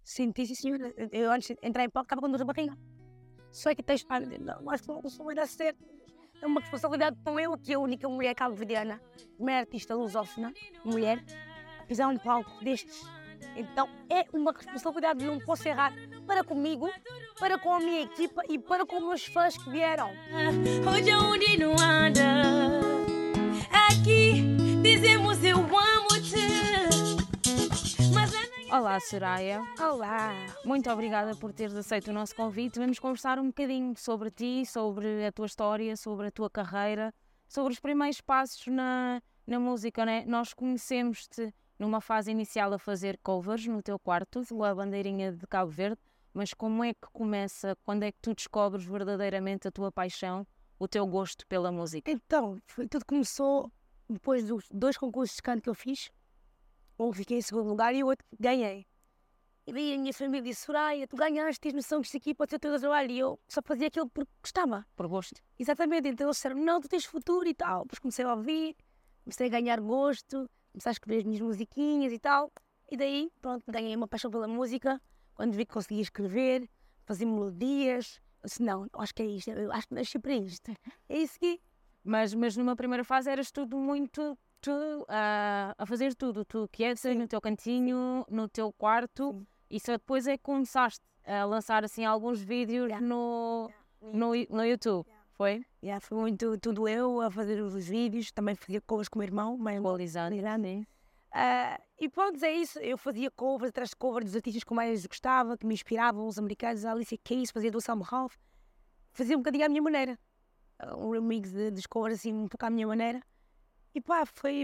Senti, sim, senhora. Eu antes de entrar em palco, estava com dor na barriga. Só que tens, não, acho que não vai dar certo. É uma responsabilidade com eu, que é a única mulher cabo-verdiana, mulher artista lusófona, mulher, a pisar um palco destes. Então é uma responsabilidade, não posso errar para comigo, para com a minha equipa e para com os meus fãs que vieram. Hoje onde não anda, aqui dizemos eu amo-te. Olá, Soraya. Olá! Muito obrigada por teres aceito o nosso convite. Vamos conversar um bocadinho sobre ti, sobre a tua história, sobre a tua carreira, sobre os primeiros passos na música, né? Nós conhecemos-te numa fase inicial a fazer covers no teu quarto, com a bandeirinha de Cabo Verde, mas como é que começa, quando é que tu descobres verdadeiramente a tua paixão, o teu gosto pela música? Então, tudo começou depois dos 2 concursos de canto que eu fiz. Um fiquei em segundo lugar e o outro ganhei. E daí a minha família disse: Soraya, tu ganhaste, tens noção que isto aqui pode ser o teu trabalho. E eu só fazia aquilo porque gostava. Por gosto? Exatamente, então eles disseram: não, tu tens futuro e tal. Depois comecei a ouvir, comecei a ganhar gosto, comecei a escrever as minhas musiquinhas e tal. E daí, pronto, ganhei uma paixão pela música. Quando vi que conseguia escrever, fazer melodias, eu disse: não, acho que é isto, eu acho que nasci para isto. É isso que... Mas numa primeira fase eras tudo muito... Tu a fazer tudo, tu quietas no teu cantinho, no teu quarto, Sim. e só depois é que começaste a lançar assim alguns vídeos no YouTube, foi? Foi muito tudo eu a fazer os vídeos, também fazia covers com o meu irmão, mais Atualizado, sim. e pronto, é isso, eu fazia covers atrás de covers dos artistas que eu mais gostava, que me inspiravam, os americanos, a Alicia Keys, fazia do Sam Ralph, fazia um bocadinho à minha maneira, um remix dos covers assim um pouco à minha maneira. E pá, foi.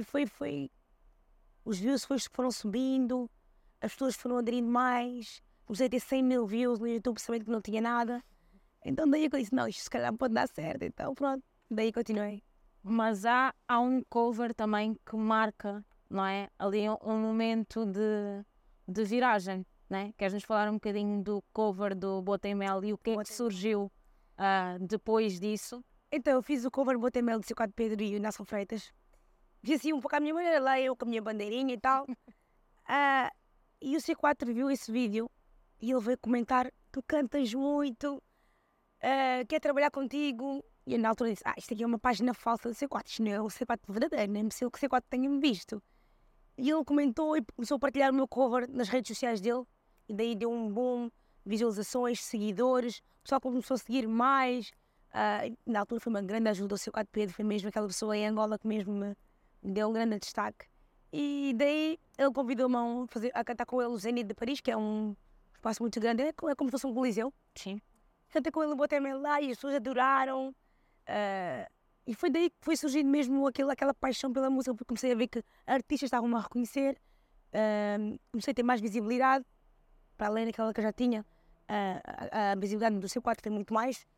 Os views foram subindo, as pessoas foram aderindo mais. Comecei a ter 100 mil views no YouTube, sabendo que não tinha nada. Então daí eu disse: não, isto se calhar pode dar certo. Então pronto, daí continuei. Mas há um cover também que marca, não é? Ali um momento de viragem, não é? Queres-nos falar um bocadinho do cover do Bota em Mel e o que é que surgiu depois disso? Então eu fiz o cover Bota em Mel de C4 Pedro e o Nelson Freitas. Fiz assim um pouco à minha maneira, lá eu com a minha bandeirinha e tal. E o C4 viu esse vídeo e ele veio comentar: tu cantas muito, quer trabalhar contigo. E eu na altura disse: isto aqui é uma página falsa do C4, isto não é o C4 verdadeiro, nem sei o que o C4 tenha-me visto. E ele comentou e começou a partilhar o meu cover nas redes sociais dele, e daí deu um boom, visualizações, seguidores, o pessoal começou a seguir mais. Na altura foi uma grande ajuda, o C4 Pedro foi mesmo aquela pessoa em Angola que mesmo me deu um grande destaque. E daí ele convidou-me a cantar com ele o Zenit de Paris, que é um espaço muito grande, é como se fosse um coliseu. Sim. Cantei com ele no Bota em Mel lá e as pessoas adoraram. E foi daí que foi surgindo mesmo aquela paixão pela música, porque comecei a ver que artistas estavam a reconhecer, comecei a ter mais visibilidade, para além daquela que eu já tinha, a visibilidade do C4 tem muito mais.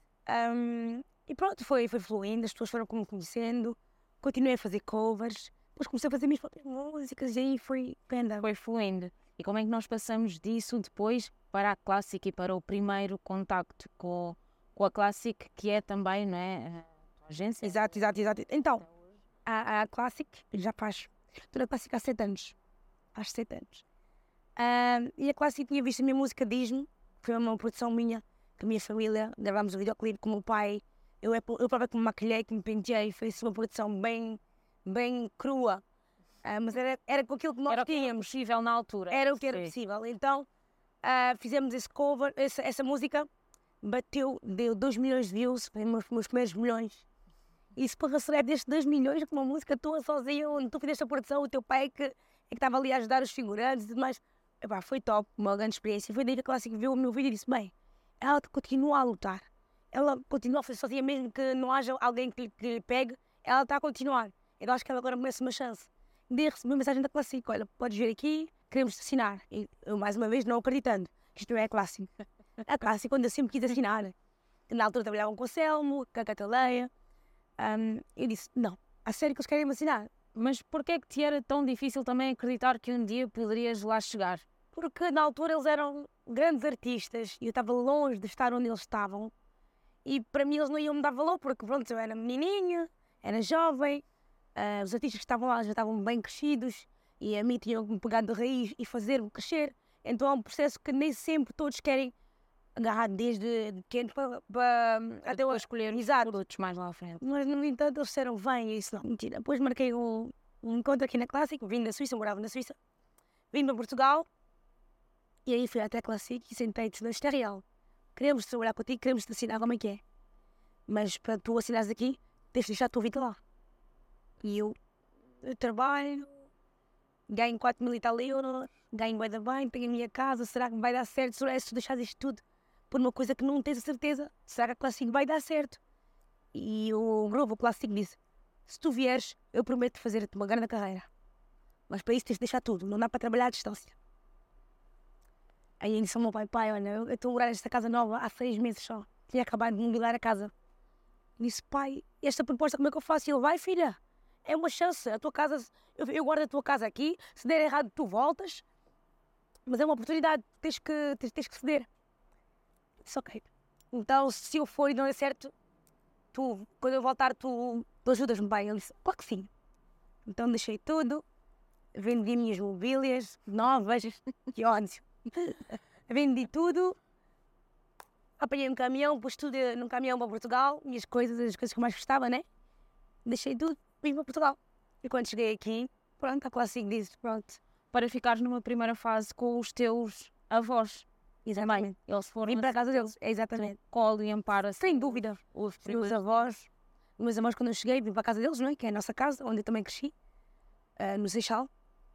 E pronto, foi fluindo, as pessoas foram me conhecendo, continuei a fazer covers, depois comecei a fazer minhas próprias músicas e aí foi penda. Foi fluindo. E como é que nós passamos disso depois para a Classic e para o primeiro contacto com a Classic, que é também, não é, a tua agência? Exato. Então, a Classic já faz, estou na Classic há 7 anos. Há 7 anos. E a Classic tinha visto a minha música Diz-me, foi uma produção minha, com a minha família, gravámos o videoclipe com o meu pai, eu própria que me maquilhei, que me penteei, fez uma produção bem crua, mas era com aquilo que nós tínhamos. Possível na altura. Era o que era possível. Então fizemos esse cover, essa música deu 2 milhões de views, foi os meus primeiros milhões. E se para receber destes 2 milhões com uma música tua sozinha, onde tu fizeste a produção, o teu pai que estava ali a ajudar os figurantes e tudo mais, foi top, uma grande experiência. Foi daí que a Classic viu o meu vídeo e disse: bem, ela continua a lutar, ela continua a fazer sozinha, mesmo que não haja alguém que lhe pegue, ela está a continuar. Então acho que ela agora merece uma chance. Daí recebi uma mensagem da Classic: olha, podes vir aqui, queremos te assinar. E eu, mais uma vez, não acreditando que isto não é a Classic. A Classic, quando eu sempre quis assinar, que na altura trabalhavam com o Selmo, com a Cataleia, eu disse: não, a sério que eles querem me assinar. Mas porquê é que te era tão difícil também acreditar que um dia poderias lá chegar? Porque na altura eles eram grandes artistas e eu estava longe de estar onde eles estavam. E para mim eles não iam me dar valor, porque pronto, eu era menininha, era jovem, os artistas que estavam lá já estavam bem crescidos e a mim tinham que me pegar de raiz e fazer-me crescer. Então é um processo que nem sempre todos querem agarrar desde pequeno para até Depois escolher os Exato. produtos mais lá à frente. Mas, no entanto, eles disseram, vem, e isso não, mentira. Depois marquei um encontro aqui na Classic, vim da Suíça, morava na Suíça, vim para Portugal, e aí fui até a Classic e sentei-te na Isto é real. Queremos trabalhar contigo, queremos te assinar como é que é. Mas para tu assinares aqui, tens de deixar a tua vida lá. E eu trabalho, ganho 4.000 e tal euros, ganho bué da bem, tenho a minha casa, será que vai dar certo? Se tu deixares isto tudo por uma coisa que não tens a certeza, será que a Classic vai dar certo? E o grupo, o Classic, disse, se tu vieres, eu prometo fazer-te uma grande carreira. Mas para isso tens de deixar tudo, não dá para trabalhar à distância. Aí eu disse ao meu pai, olha, eu estou a morar nesta casa nova há 6 meses só. Tinha acabado de mobilar a casa. Disse, pai, esta proposta como é que eu faço? E ele, vai filha, é uma chance, a tua casa, eu guardo a tua casa aqui, se der errado tu voltas, mas é uma oportunidade, tens que ceder. Disse, ok. Então se eu for e não der certo, quando eu voltar tu ajudas-me, pai? Ele disse, claro que sim. Então deixei tudo, vendi minhas mobílias novas, que ódio. Vendi tudo, apanhei um caminhão, pus tudo num caminhão para Portugal, minhas coisas, as coisas que eu mais gostava, né? Deixei tudo, vim para Portugal. E quando cheguei aqui, pronto, a Classic disse, pronto. Para ficares numa primeira fase com os teus avós. Exatamente. Eles foram Vim para a casa deles, exatamente. colo e amparo. Sem dúvida. Os Meus avós, quando eu cheguei, vim para a casa deles, não é? Que é a nossa casa, onde eu também cresci, no Seixal.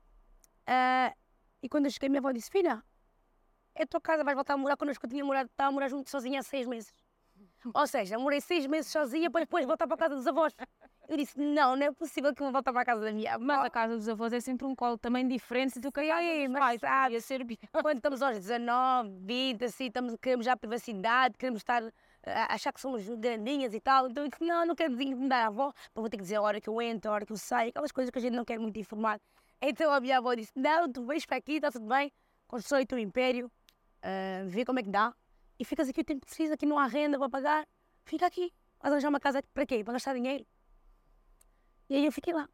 E quando eu cheguei, minha avó disse, filha, é a tua casa, vais voltar a morar connosco. Eu estava a morar junto sozinha há 6 meses. Ou seja, morei 6 meses sozinha para depois voltar para a casa dos avós. Eu disse, não é possível que eu volte para a casa da minha avó. Mas a casa dos avós é sempre um colo também diferente do que a casa dos pais. Mas Ser quando estamos aos 19, 20, assim, queremos já privacidade, queremos estar a achar que somos grandinhas e tal. Então eu disse, não quero incomodar a avó, vou ter que dizer a hora que eu entro, a hora que eu saio, aquelas coisas que a gente não quer muito informar. Então a minha avó disse, não, tu vens para aqui, está tudo bem, constrói o teu império, vê como é que dá, e ficas aqui o tempo que precisa, aqui não há renda para pagar, fica aqui. Vais arranjar uma casa para quê? Para gastar dinheiro. E aí eu fiquei lá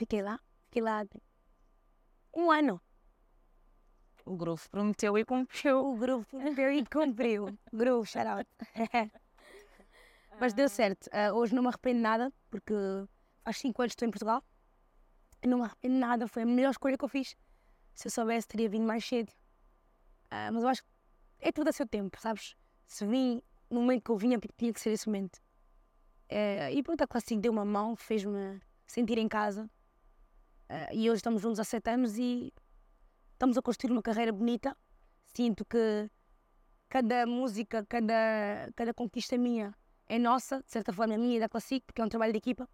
1 ano. O Groove prometeu e cumpriu. O grupo prometeu e cumpriu. Groove, shout out. Mas deu certo. Hoje não me arrependo nada, porque faz 5 anos que estou em Portugal. E não me arrependo nada, foi a melhor escolha que eu fiz. Se eu soubesse, teria vindo mais cedo. Mas eu acho que é tudo a seu tempo, sabes? Se vim no momento que eu vinha, porque tinha que ser esse momento. E pronto, a Classic deu uma mão, fez-me sentir em casa. E hoje estamos juntos há 7 anos e estamos a construir uma carreira bonita. Sinto que cada música, cada conquista minha é nossa, de certa forma é minha e da Classic, porque é um trabalho de equipa.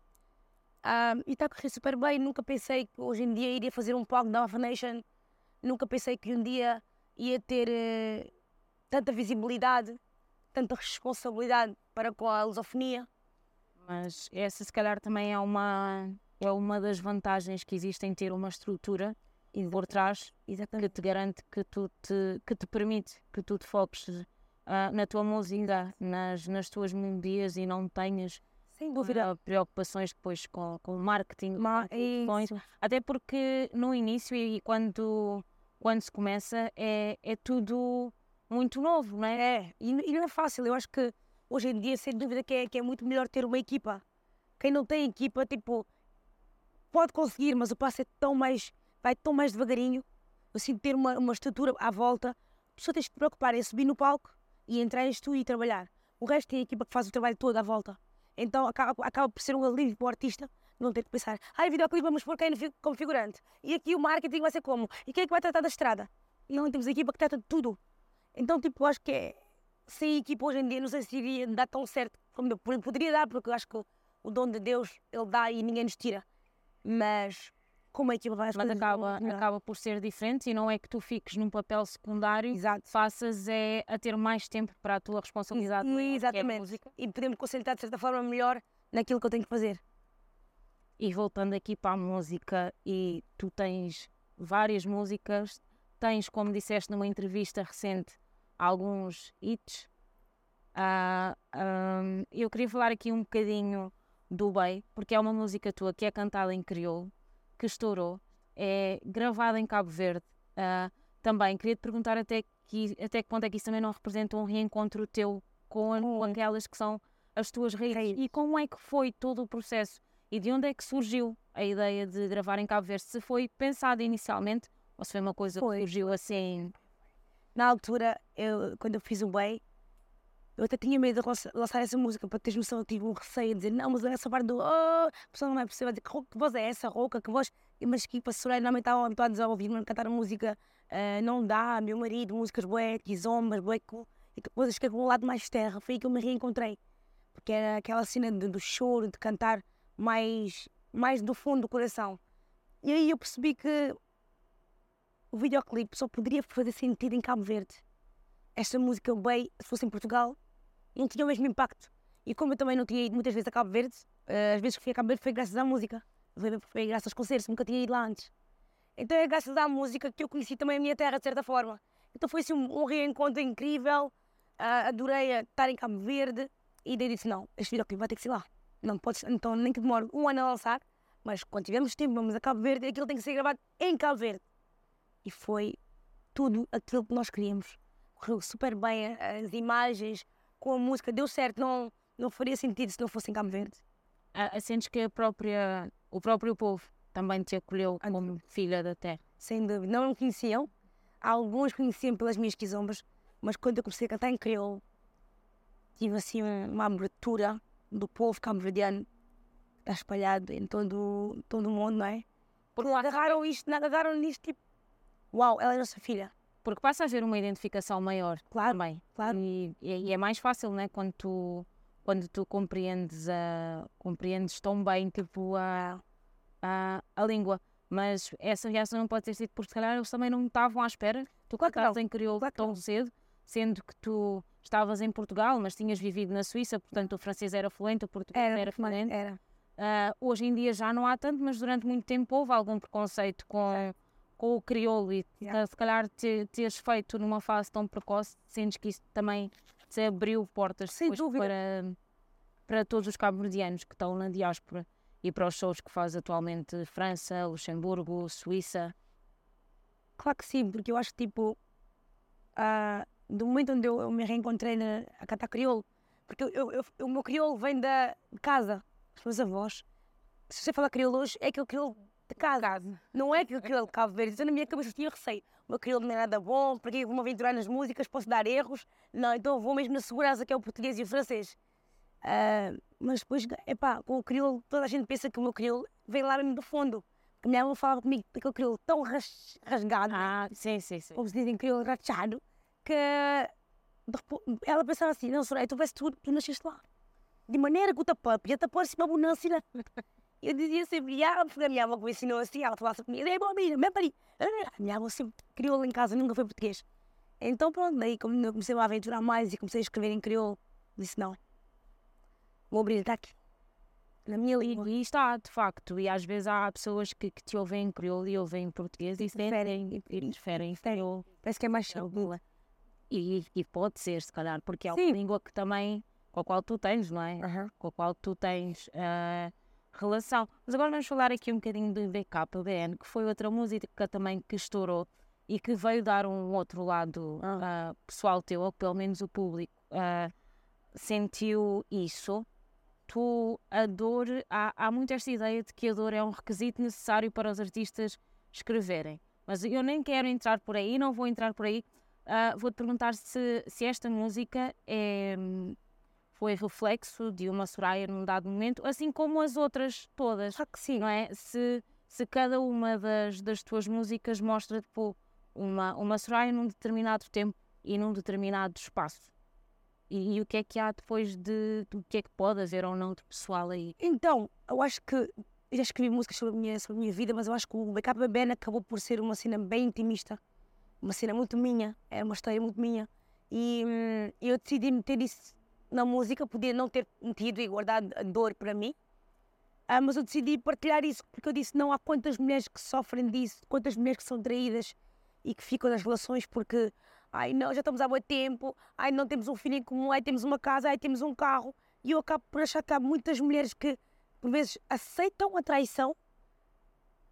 E está a correr super bem. Nunca pensei que hoje em dia iria fazer um palco da Alpha Nation. Nunca pensei que um dia ia ter tanta visibilidade, tanta responsabilidade para com a lusofonia. Mas essa se calhar também é uma das vantagens que existe em ter uma estrutura por trás que te garante que te permite que tu te foques na tua música, nas tuas melodias e não tenhas Sem dúvida. preocupações depois com o marketing, Isso. até porque no início e quando se começa é tudo muito novo, não é? E não é fácil. Eu acho que hoje em dia, sem dúvida, que é muito melhor ter uma equipa. Quem não tem equipa, tipo, pode conseguir, mas o passo vai tão mais devagarinho. Eu sinto ter uma estrutura à volta. A pessoa tens que te preocupar em subir no palco e entrar em tu e trabalhar. O resto tem a equipa que faz o trabalho todo à volta. Então acaba por ser um alívio para o artista não ter que pensar, videoclipe vamos pôr quem como figurante. E aqui o marketing vai ser como? E quem é que vai tratar da estrada? E não temos a equipa que trata de tudo. Então, tipo, acho que sem equipa hoje em dia, não sei se iria dar tão certo como poderia dar, porque eu acho que o dom de Deus, Ele dá e ninguém nos tira. Mas como a equipa vai as Mas coisas vão melhorar. acaba por ser diferente e não é que tu fiques num papel secundário, Exato. faças a ter mais tempo para a tua responsabilidade. Que é a Exatamente. música. E podemos concentrar de certa forma melhor naquilo que eu tenho que fazer. E voltando aqui para a música, e tu tens várias músicas, tens, como disseste numa entrevista recente, alguns hits. Eu queria falar aqui um bocadinho do Bey, porque é uma música tua que é cantada em crioulo, que estourou, é gravada em Cabo Verde, também queria te perguntar até que ponto é que isso também não representa um reencontro teu com aquelas que são as tuas raízes. E como é que foi todo o processo? E de onde é que surgiu a ideia de gravar em Cabo Verde? Se foi pensada inicialmente ou se foi uma coisa que surgiu assim? Na altura, quando eu fiz o Way, eu até tinha medo de lançar essa música, para teres noção, eu tive um receio de dizer, não, mas essa parte do a pessoa não vai perceber, vai dizer, que voz é essa, rouca, que voz... Mas que para Soraya normalmente estavam habituados a ouvir-me cantar música, não dá, meu marido, músicas bué, quizombas, bué, e depois eu cheguei com um lado mais terra, foi aí que eu me reencontrei. Porque era aquela cena do choro, de cantar mais do fundo do coração. E aí eu percebi que o videoclipe só poderia fazer sentido em Cabo Verde. Esta música, bem, se fosse em Portugal, não tinha o mesmo impacto. E como eu também não tinha ido muitas vezes a Cabo Verde, as vezes que fui a Cabo Verde foi graças à música. Foi graças aos concertos, nunca tinha ido lá antes. Então é graças à música que eu conheci também a minha terra, de certa forma. Então foi assim um reencontro incrível, adorei estar em Cabo Verde. E daí disse, não, este videoclipe vai ter que ser lá. Não pode, então nem que demore um ano a lançar, mas quando tivermos tempo vamos a Cabo Verde e aquilo tem que ser gravado em Cabo Verde. E foi tudo aquilo que nós queríamos. Correu super bem, as imagens, com a música, deu certo, não faria sentido se não fosse em Cabo Verde. Sentes que o próprio povo também te acolheu como filha da terra? Sem dúvida, não me conheciam. Alguns conheciam pelas minhas quizombas, mas quando eu comecei a cantar em crioulo, tive assim uma abertura do povo cabo-verdiano que está espalhado em todo o mundo, não é? Porque agarraram nisto tipo, uau, ela é nossa filha. Porque passa a haver uma identificação maior. Claro, também. claro. E é mais fácil, não é? Quando tu compreendes tão bem tipo, a língua. Mas essa reação não pode ter sido porque se calhar eles também não estavam à espera. Tu cantaste em crioulo tão cedo, sendo que tu estavas em Portugal, mas tinhas vivido na Suíça, portanto o francês era fluente, o português era fluente. Era. Hoje em dia já não há tanto, mas durante muito tempo houve algum preconceito com o crioulo e se calhar teres feito numa fase tão precoce, sentes que isso também te abriu portas para todos os cabo-verdianos que estão na diáspora e para os shows que faz atualmente França, Luxemburgo, Suíça. Claro que sim, porque eu acho que tipo, do momento onde eu me reencontrei a cantar crioulo, porque o meu crioulo vem de casa, os meus avós. Se você falar crioulo hoje, é aquele crioulo de casa. Não é aquele crioulo de Cabo Verde. Então na minha cabeça eu tinha receio. O meu crioulo não é nada bom, para que vou-me aventurar nas músicas, posso dar erros. Não, então vou mesmo na segurança que é o português e o francês. Mas depois, com o crioulo, toda a gente pensa que o meu crioulo vem lá mesmo do fundo. Porque a minha avó falava comigo daquele crioulo tão rasgado. Sim. Como se dizem, crioulo rachado, que ela pensava assim, não, Soraya, tu nasceste lá. De maneira que o tapap, e a tapar-se uma bonança. Eu dizia sempre, porque a minha avó me ensinou assim, ela falava comigo, ei, bom, mira, mesmo ali. A minha avó sempre crioulo em casa, nunca foi português. Então pronto, daí como eu comecei a aventurar mais e comecei a escrever em crioulo, disse não, vou brilhar aqui, na minha língua. E está, de facto, e às vezes há pessoas que te ouvem em crioulo e ouvem em português e preferem em crioulo. Parece que é mais segura. E pode ser, se calhar, porque é uma língua que também, com a qual tu tens, não é? Com a qual tu tens relação. Mas agora vamos falar aqui um bocadinho do BKBN, que foi outra música também que estourou e que veio dar um outro lado pessoal teu, ou pelo menos o público sentiu isso. A dor, há muito esta ideia de que a dor é um requisito necessário para os artistas escreverem. Mas eu nem quero entrar por aí, não vou entrar por aí. Vou-te perguntar se esta música foi reflexo de uma Soraya num dado momento, assim como as outras todas. Claro que sim. Não é? Se cada uma das tuas músicas mostra tipo, uma Soraya num determinado tempo e num determinado espaço. E o que é que há depois do que é que pode haver ou não de pessoal aí? Então, eu acho que eu já escrevi músicas sobre a minha vida, mas eu acho que o BKBN acabou por ser uma cena bem intimista, uma cena muito minha, é uma história muito minha. E eu decidi meter isso na música, podia não ter metido e guardado a dor para mim, mas eu decidi partilhar isso, porque eu disse, não há quantas mulheres que sofrem disso, quantas mulheres que são traídas e que ficam nas relações porque ai não, já estamos há muito tempo, ai não temos um filho em comum, ai temos uma casa, ai temos um carro. E eu acabo por achar que há muitas mulheres que, por vezes, aceitam a traição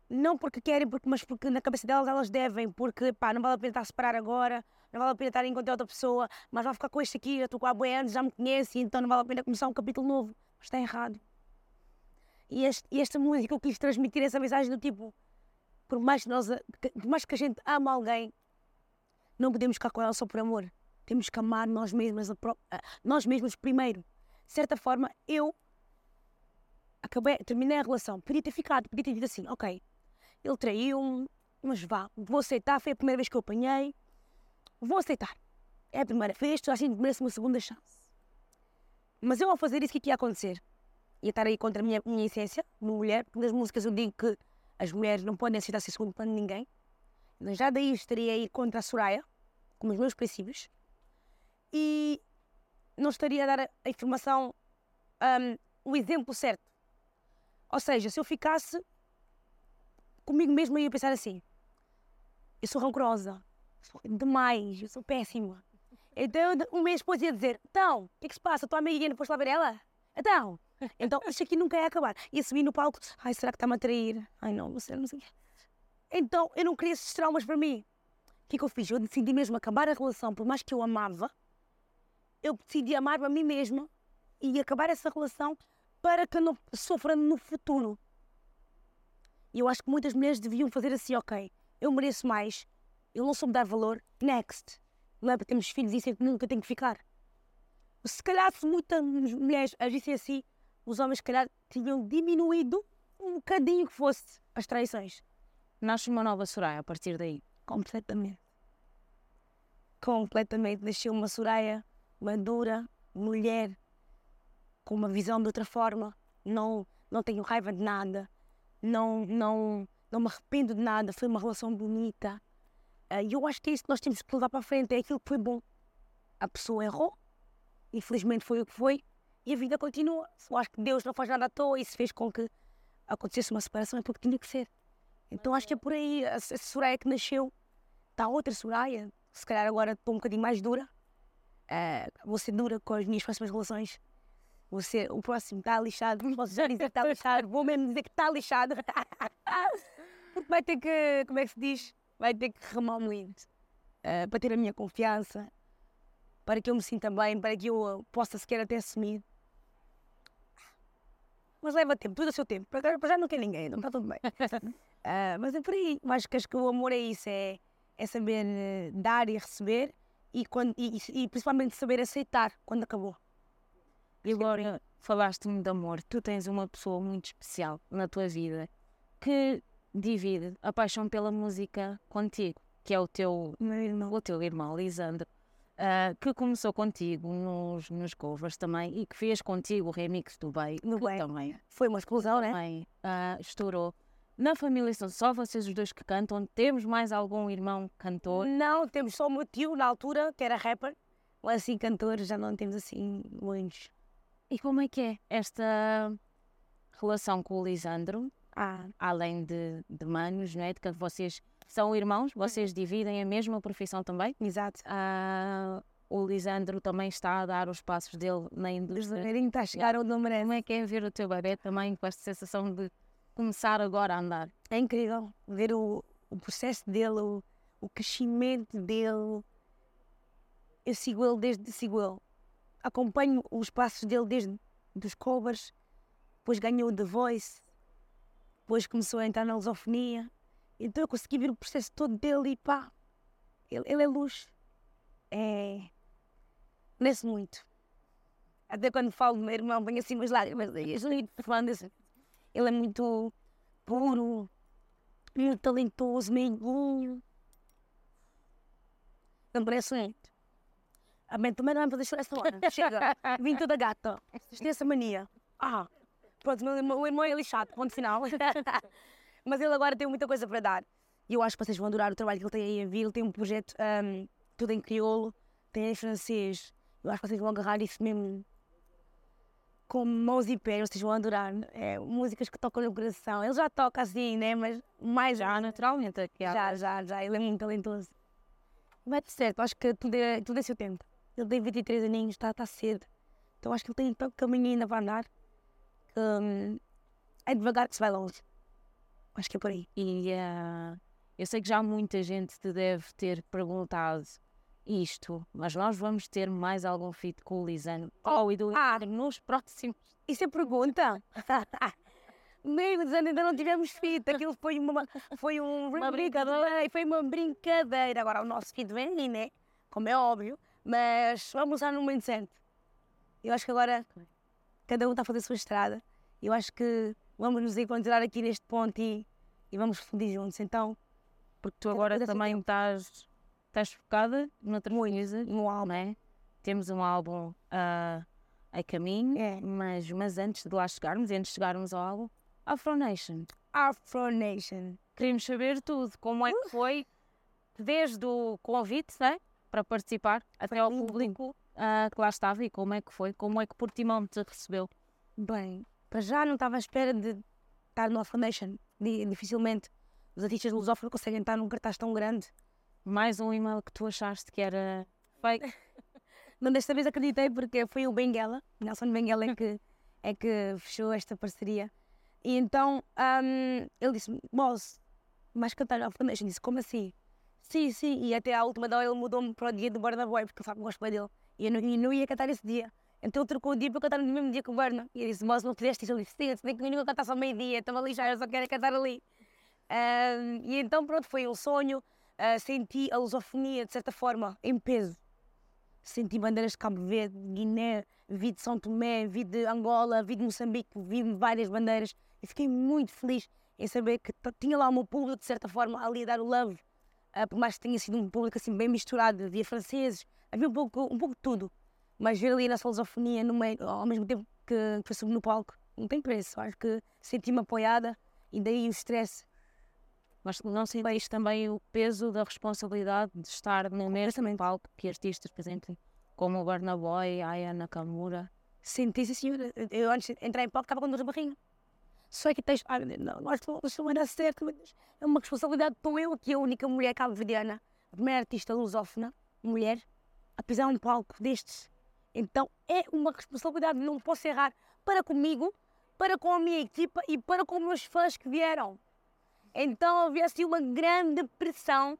não porque querem, mas porque na cabeça delas elas devem, porque pá, não vale a pena estar a separar agora, não vale a pena estar a encontrar outra pessoa, mas vai ficar com este aqui, eu estou com há bué anos, já me conhece, então não vale a pena começar um capítulo novo. Mas está errado. E esta música eu quis transmitir essa mensagem do tipo, por mais que a gente ama alguém, não podemos ficar com ela só por amor. Temos que amar nós mesmos primeiro. De certa forma, eu terminei a relação, podia ter dito assim, ok, ele traiu-me, mas vá, vou aceitar, foi a primeira vez que eu apanhei, vou aceitar. É a primeira vez, tu assim merece uma segunda chance. Mas eu ao fazer isso, o que ia acontecer? Ia estar aí contra a minha essência, uma mulher, porque nas músicas eu digo que as mulheres não podem aceitar ser segundo plano de ninguém. Então, já daí estaria a ir contra a Soraya, com os meus princípios, e não estaria a dar a informação, o exemplo certo. Ou seja, se eu ficasse comigo mesma, eu ia pensar assim, eu sou rancorosa, sou demais, eu sou péssima. Então, um mês depois ia dizer, então, o que é que se passa? A tua amiga não foste lá ver ela? Então, isto aqui nunca ia acabar. Ia subir no palco, ai, será que está-me a trair? Ai, não sei. Então, eu não queria esses traumas para mim. O que é que eu fiz? Eu decidi mesmo acabar a relação, por mais que eu amava, eu decidi amar-me a mim mesma e acabar essa relação para que eu não sofra no futuro. E eu acho que muitas mulheres deviam fazer assim, ok, eu mereço mais, eu não soube dar valor, next. Não é para termos filhos e isso é que nunca tenho que ficar. Se calhar, se muitas mulheres agissem assim, os homens, se calhar, tinham diminuído um bocadinho que fosse as traições. Nasce uma nova Soraya a partir daí. Completamente. Nasceu uma Soraya madura, mulher, com uma visão de outra forma. Não tenho raiva de nada. Não me arrependo de nada. Foi uma relação bonita. E eu acho que é isso que nós temos que levar para a frente. É aquilo que foi bom. A pessoa errou. Infelizmente foi o que foi. E a vida continua. Eu acho que Deus não faz nada à toa. E se fez com que acontecesse uma separação é porque tinha que ser. Então acho que é por aí. A Soraya que nasceu. Está outra Soraya. Se calhar agora estou um bocadinho mais dura. Vou ser dura com as minhas próximas relações. O próximo está lixado. Não posso já dizer que está lixado. Vou mesmo dizer que está lixado. Porque vai ter que, como é que se diz? Vai ter que remar muito. Para ter a minha confiança. Para que eu me sinta bem. Para que eu possa sequer até assumir. Mas leva tempo. Tudo a seu tempo. Para já não quer ninguém. Não está tudo bem. Mas é por aí. Acho que o amor é isso. É saber dar e receber. E principalmente saber aceitar quando acabou. E agora falaste-me de amor. Tu tens uma pessoa muito especial na tua vida que divide a paixão pela música contigo, que é o teu irmão, Lisandro, que começou contigo nos covers também e que fez contigo o remix do Bem, também foi uma explosão, né? Também estourou. Na família são só vocês os dois que cantam? Temos mais algum irmão cantor? Não, temos só o meu tio na altura, que era rapper, mas assim cantores já não temos assim muitos. E como é que é esta relação com o Lisandro? Além de manos, não é? De que vocês são irmãos, vocês dividem a mesma profissão também? Exato. O Lisandro também está a dar os passos dele na indústria. O está a chegar ao número. Como é que é ver o teu bebê também com esta sensação de começar agora a andar? É incrível ver o processo dele, o crescimento dele. Eu sigo ele. Acompanho os passos dele desde os covers, depois ganhou o The Voice, depois começou a entrar na lusofonia. Então eu consegui ver o processo todo dele e pá, ele é luz. Nesse muito. Até quando falo do meu irmão, venho assim umas lágrimas. Ele é muito puro, muito talentoso, meiguinho. Não parece muito. A mãe também não vai fazer chorar essa hora. Chega, vim toda gata. Vocês têm essa mania. Pronto, o irmão é lixado, ponto final. Mas ele agora tem muita coisa para dar. E eu acho que vocês vão adorar o trabalho que ele tem aí a vir. Ele tem um projeto tudo em crioulo, tem em francês. Eu acho que vocês vão agarrar isso mesmo com mãos e pés, vocês vão adorar. Músicas que tocam no coração. Ele já toca assim, né? Mas mais já naturalmente. Já. Ele é muito talentoso. Vai ter certo, acho que tudo é seu tempo. Ele tem 23 aninhos, está cedo. Então acho que ele tem tanto caminho ainda para andar. Que é devagar que se vai longe. Acho que é por aí. E eu sei que já muita gente te deve ter perguntado isto, mas nós vamos ter mais algum feat com o Lisandro ou e do Lisandro nos próximos. Isso é pergunta? Meio dos anos ainda não tivemos feat. Aquilo foi uma brincadeira. Agora o nosso feat vem aí, né? Como é óbvio. Mas vamos usar no momento certo. Eu acho que agora cada um está a fazer a sua estrada. Eu acho que vamos nos encontrar aqui neste ponto e vamos fundir juntos. Então, Porque tu agora também estás focada noutra coisa, no álbum. não é? Temos um álbum a caminho, mas antes de lá chegarmos, antes de chegarmos ao álbum, Afro Nation. Afro Nation. Queríamos saber tudo, como é que foi, desde o convite, né, para participar, até ao lindo. público que lá estava e como é que foi, como é que Portimão te recebeu. Bem, para já não estava à espera de estar no Afro Nation. Dificilmente os artistas lusófonos conseguem estar num cartaz tão grande. Mais um e-mail que tu achaste que era fake. Não, desta vez acreditei porque foi o Benguela, Nelson Benguela é que fechou esta parceria. E então ele disse, moço, vais cantar no Afro Nation? Disse, como assim? Sim, e até à última hora ele mudou-me para o dia do Burna Boy, porque ele sabe que gosto bem dele. E eu não ia cantar esse dia. Então ele trocou o dia para eu cantar no mesmo dia que o Burna. E eu disse, moço, não fizeste isso? Ele disse, sim, nem que eu cantar só meio-dia, estava ali já, eu só quero cantar ali. E então pronto, foi um sonho. Senti a lusofonia, de certa forma, em peso. Senti bandeiras de Cabo Verde, de Guiné, vi de São Tomé, vi de Angola, vi de Moçambique, vi várias bandeiras. E fiquei muito feliz em saber que tinha lá o meu público, de certa forma, ali a dar o love. Por mais que tenha sido um público assim bem misturado, havia franceses, havia um pouco de tudo. Mas ver ali a nossa lusofonia no meio, ao mesmo tempo que eu subi no palco, não tem preço. Acho que senti-me apoiada e daí o stress. Mas não sentiste também o peso da responsabilidade de estar no mesmo palco que artistas, por exemplo, como o Burna Boy, a Aya Nakamura? Senti, sim, senhora. Eu antes de entrar em palco estava com dor de barriga. Só que tens, não, isto não era certo, mas é uma responsabilidade. Estou eu aqui, a única mulher cabo-verdiana, a primeira artista lusófona, mulher, a pisar um palco destes. Então é uma responsabilidade, não posso errar para comigo, para com a minha equipa e para com os meus fãs que vieram. Então havia assim uma grande pressão,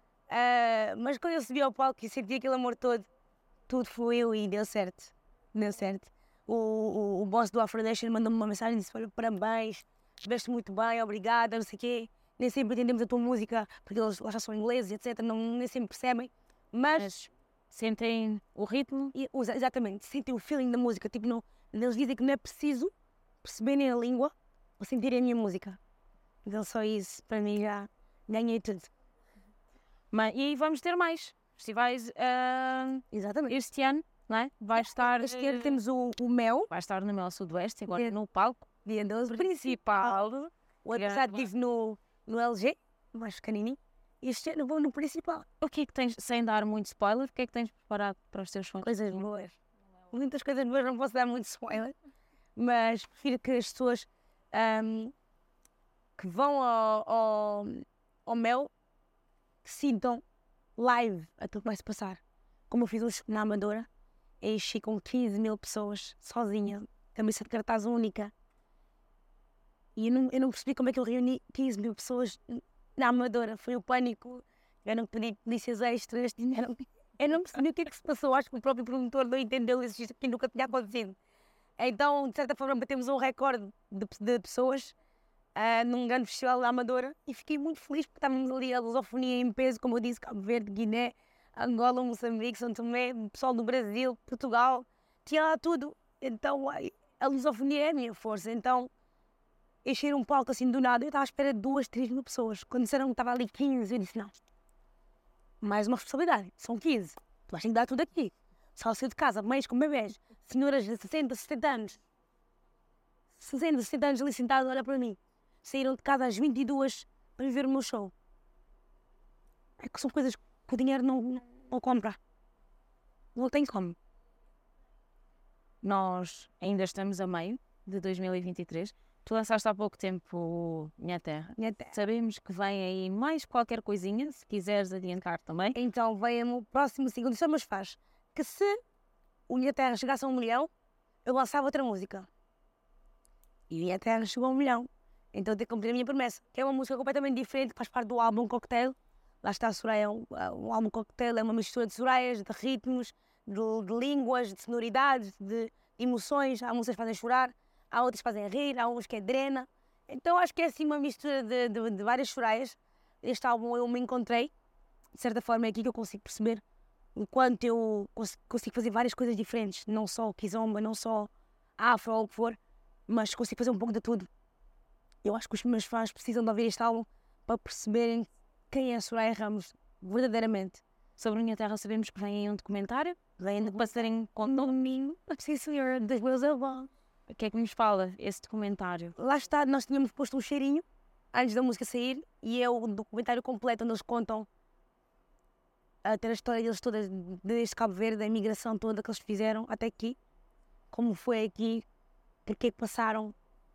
mas quando eu subi ao palco e senti aquele amor todo, tudo fluiu e deu certo. Deu certo. O boss do Afro Nation mandou-me uma mensagem e disse: olha, parabéns, estiveste muito bem, obrigada, não sei o quê. Nem sempre entendemos a tua música, porque eles lá já são ingleses, etc. Nem sempre percebem, mas sentem o ritmo? Exatamente, sentem o feeling da música. Tipo, não, eles dizem que não é preciso perceberem a língua ou sentirem a minha música. Então só isso, para mim já ganhei tudo. E vamos ter mais festivais Exatamente. Este ano, não é? Vai estar... Este ano temos o Mel. Vai estar no Mel Sudoeste, agora no palco. Dia 12, principal. O ano passado estive no LG, mais pequenininho. E este ano vou no principal. O que é que tens, sem dar muito spoiler, o que é que tens preparado para os teus fãs? Coisas boas. Muitas coisas boas, não posso dar muito spoiler. Mas prefiro que as pessoas... que vão ao Mel, que sintam live aquilo que vai se passar. Como eu fiz um show na Amadora, enchi com 15 mil pessoas, sozinha, também de cartaz única. E eu não percebi como é que eu reuni 15 mil pessoas na Amadora. Foi o pânico, tiveram que pedir polícias extras, eu não percebi o que é que se passou. Acho que o próprio promotor não entendeu isso, que nunca tinha acontecido. Então, de certa forma, batemos um recorde de pessoas num grande festival da Amadora e fiquei muito feliz porque estávamos ali a lusofonia em peso, como eu disse, Cabo Verde, Guiné, Angola, Moçambique, São Tomé, pessoal do Brasil, Portugal, tinha lá tudo. Então a lusofonia é a minha força. Então encher um palco assim do nada, eu estava à espera de 2, 3 mil pessoas. Quando disseram que estava ali 15, eu disse não, mais uma responsabilidade, são 15, tu vais ter que dar tudo aqui. Só sair de casa, mães com bebés, senhoras de 60, 70 anos, 60, 70 anos ali sentadas, olha para mim. Saíram de casa às 22 para ver o meu show. É que são coisas que o dinheiro não compra. Não tem como. Nós ainda estamos a meio de 2023. Tu lançaste há pouco tempo Minha Terra. Minha Terra. Sabemos que vem aí mais qualquer coisinha, se quiseres adiantar também. Então vem o próximo single. Isso é meus fãs. Que se o Minha Terra chegasse a 1 milhão, eu lançava outra música. E Minha Terra chegou a 1 milhão. Então eu tenho que cumprir a minha promessa, que é uma música completamente diferente, que faz parte do álbum Cocktail. Lá está, a Soraya é um álbum Cocktail, é uma mistura de Sorayas, de ritmos, de línguas, de sonoridades, de emoções. Há músicas que fazem chorar, há outras que fazem rir, há umas que é drena. Então acho que é assim uma mistura de várias Sorayas. Este álbum eu me encontrei, de certa forma é aqui que eu consigo perceber o quanto eu consigo fazer várias coisas diferentes, não só kizomba, não só afro ou o que for, mas consigo fazer um pouco de tudo. Eu acho que os meus fãs precisam de ouvir este álbum para perceberem quem é a Soraya Ramos, verdadeiramente. Sobre a Minha Terra sabemos que vem aí um documentário. Vem O passarinho contou. domingo, sim senhor, das meus avós. O que é que nos fala esse documentário? Lá está, nós tínhamos posto um cheirinho antes da música sair e é o documentário completo onde eles contam a ter a história deles toda, desde Cabo Verde, a imigração toda que eles fizeram até aqui, como foi aqui, porque é que passaram.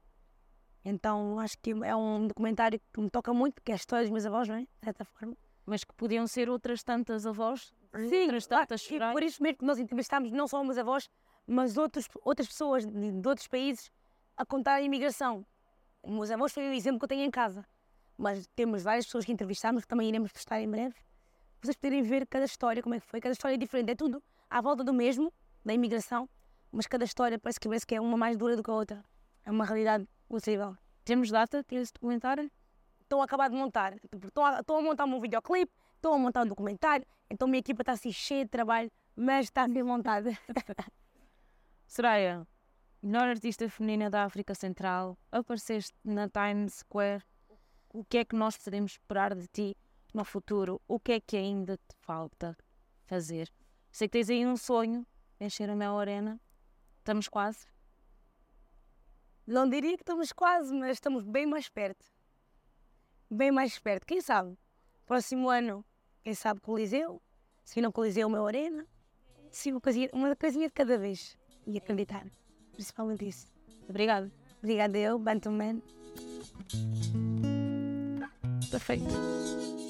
Então acho que é um documentário que me toca muito, porque é a história dos meus avós, não é? De certa forma. Mas que podiam ser outras tantas avós, Sim, outras tantas e por isso mesmo que nós entrevistámos não só os meus avós, mas outras pessoas de outros países a contar a imigração. Os meus avós foi o exemplo que eu tenho em casa, mas temos várias pessoas que entrevistámos, que também iremos postar em breve, para vocês poderem ver cada história, como é que foi. Cada história é diferente, é tudo à volta do mesmo, da imigração, mas cada história parece que é uma mais dura do que a outra. É uma realidade possível. Temos data para esse documentário? Estão a acabar de montar. Estão a montar um videoclipe, estão a montar um documentário, então a minha equipa está assim cheia de trabalho, mas está a ser montada. Soraya, melhor artista feminina da África Central, apareceste na Times Square. O que é que nós podemos esperar de ti no futuro? O que é que ainda te falta fazer? Sei que tens aí um sonho, encher a Mel Arena. Estamos quase. Não diria que estamos quase, mas estamos bem mais perto. Bem mais perto. Quem sabe? Próximo ano, quem sabe Coliseu. Se não Coliseu, Mel Arena. Sim, uma coisinha de cada vez. E acreditar. Principalmente isso. Obrigada. Obrigada eu, Bantam Man. Perfeito.